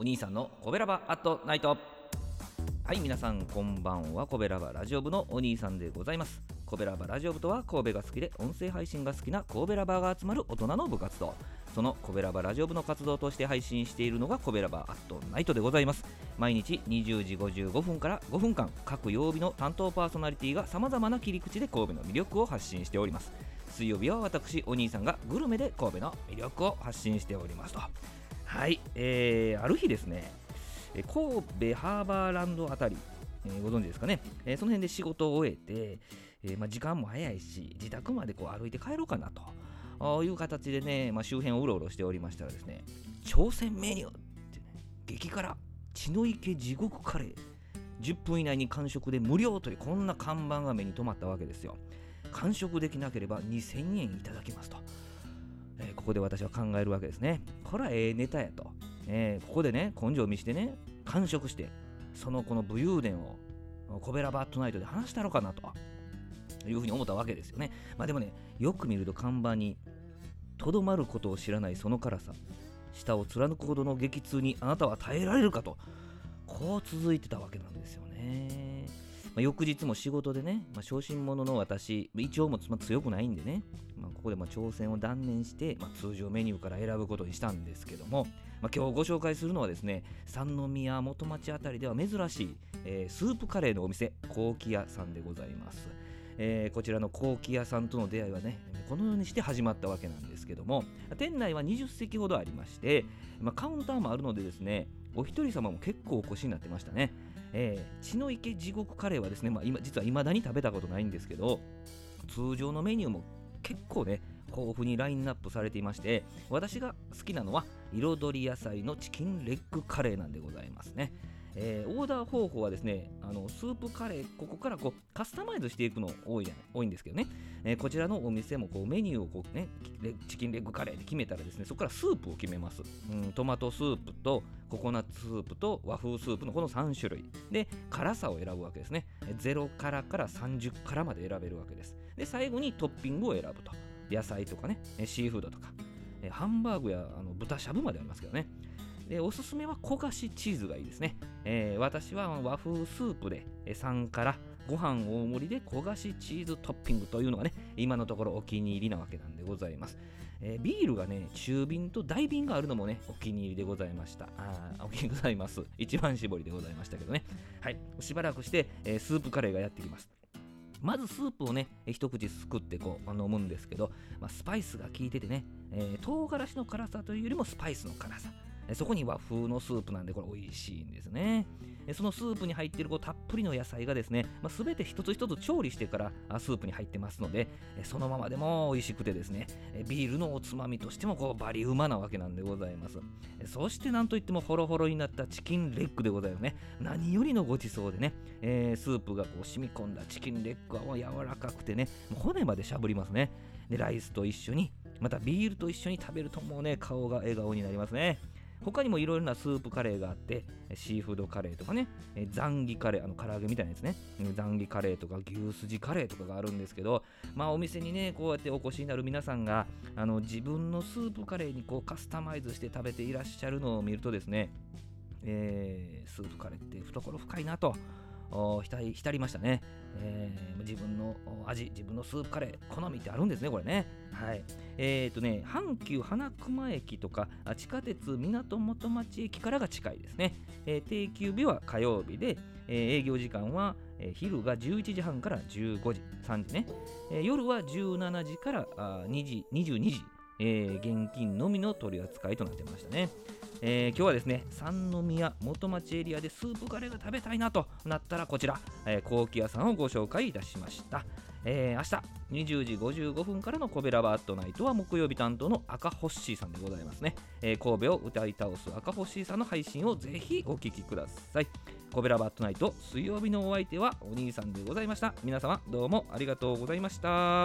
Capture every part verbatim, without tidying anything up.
お兄さんのコベラバアットナイト。はい、皆さんこんばんは。コベラバラジオ部のお兄さんでございます。コベラバラジオ部とは神戸が好きで音声配信が好きな神戸ラバーが集まる大人の部活動。そのコベラバラジオ部の活動として配信しているのがコベラバアットナイトでございます。毎日にじゅうじごじゅうごふんからごふんかん、各曜日の担当パーソナリティが様々な切り口で神戸の魅力を発信しております。水曜日は私お兄さんがグルメで神戸の魅力を発信しておりますと。はい、えー、ある日ですね、神戸ハーバーランドあたり、えー、ご存知ですかね、えー、その辺で仕事を終えて、えーまあ、時間も早いし自宅までこう歩いて帰ろうかなという形でね、まあ、周辺をうろうろしておりましたらですね、挑戦メニューってね、激辛血の池地獄カレーじゅっぷん以内に完食で無料というこんな看板が目に留まったわけですよ。完食できなければにせんえんいただきますと、えー、ここで私は考えるわけですね。これはええネタやと、えー、ここでね根性見してね完食してそのこの武勇伝をコベラバットナイトで話したのかなというふうに思ったわけですよね。まあでもね、よく見ると看板にとどまることを知らないその辛さ、舌を貫くほどの激痛にあなたは耐えられるかと、こう続いてたわけなんですよね。まあ、翌日も仕事でね、まあ、小心者の私、胃腸も強くないんでね、まあ、ここでまあ挑戦を断念して、まあ、通常メニューから選ぶことにしたんですけども、まあ、今日ご紹介するのはですね、三宮元町あたりでは珍しい、えー、スープカレーのお店、幸喜屋さんでございます。えー、こちらの幸喜屋さんとの出会いはね、このようにして始まったわけなんですけども、店内はにじゅっせきほどありまして、まあ、カウンターもあるのでですね、お一人様も結構お越しになってましたね。えー、血の池地獄カレーはですね、まあ、今実は未だに食べたことないんですけど、通常のメニューも結構ね豊富にラインナップされていまして、私が好きなのは彩り野菜のチキンレッグカレーなんでございますね。えー、オーダー方法はですね、あのスープカレーここからこうカスタマイズしていくの多いじゃない多いんですけどね、えー、こちらのお店もこうメニューをこう、ね、チキンレッグカレーで決めたらですね、そこからスープを決めます。うん、トマトスープとココナッツスープと和風スープのこのさんしゅるいで辛さを選ぶわけですね。ゼロ辛からさんじゅう辛まで選べるわけです。で最後にトッピングを選ぶと、野菜とかねシーフードとかハンバーグやあの豚しゃぶまでありますけどね。でおすすめは焦がしチーズがいいですね。えー、私は和風スープでさん辛ご飯大盛りで焦がしチーズトッピングというのがね今のところお気に入りなわけなんでございます。えー、ビールがね中瓶と大瓶があるのもねお気に入りでございました。あお気に入りでございます。一番搾りでございましたけどね。はい、しばらくして、えー、スープカレーがやってきます。まずスープをね一口すくってこう飲むんですけど、まあ、スパイスが効いててね、えー、唐辛子の辛さというよりもスパイスの辛さ、そこに和風のスープなんでこれ美味しいんですね。そのスープに入っているこうたっぷりの野菜がですね、まあ、全て一つ一つ調理してからスープに入ってますので、そのままでも美味しくてですね、ビールのおつまみとしてもこうバリうまなわけなんでございます。そしてなんといってもホロホロになったチキンレッグでございますね。何よりのごちそうでね、えー、スープがこう染み込んだチキンレッグはもう柔らかくてね、骨までしゃぶりますね。でライスと一緒にまたビールと一緒に食べるともうね顔が笑顔になりますね。他にもいろいろなスープカレーがあって、シーフードカレーとかね、ザンギカレー、あの唐揚げみたいなやつね、ザンギカレーとか牛すじカレーとかがあるんですけど、まあお店にねこうやってお越しになる皆さんがあの自分のスープカレーにこうカスタマイズして食べていらっしゃるのを見るとですね、えー、スープカレーって懐深いなと浸り、浸りましたね。えー、自分の味、自分のスープカレー好みってあるんですねこれね。はい。えーとね阪急花熊駅とか地下鉄港元町駅からが近いですね。えー、定休日は火曜日で、えー、営業時間は、えー、昼がじゅういちじはんからじゅうごじさんじね、えー、夜はじゅうしちじからあにじにじゅうにじ、えー、現金のみの取り扱いとなってましたね。えー、今日はですね三宮元町エリアでスープカレーが食べたいなとなったらこちら、えー、幸喜屋さんをご紹介いたしました。えー、明日にじゅうじごじゅうごふんからのコベラバットナイトは木曜日担当の赤ホッシーさんでございますね。えー、神戸を歌い倒す赤ホッシーさんの配信をぜひお聞きください。コベラバットナイト水曜日のお相手はお兄さんでございました。皆様どうもありがとうございました。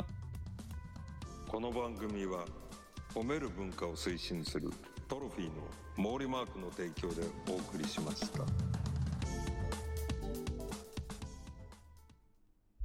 この番組は褒める文化を推進するトロフィーの毛利マークの提供でお送りしました。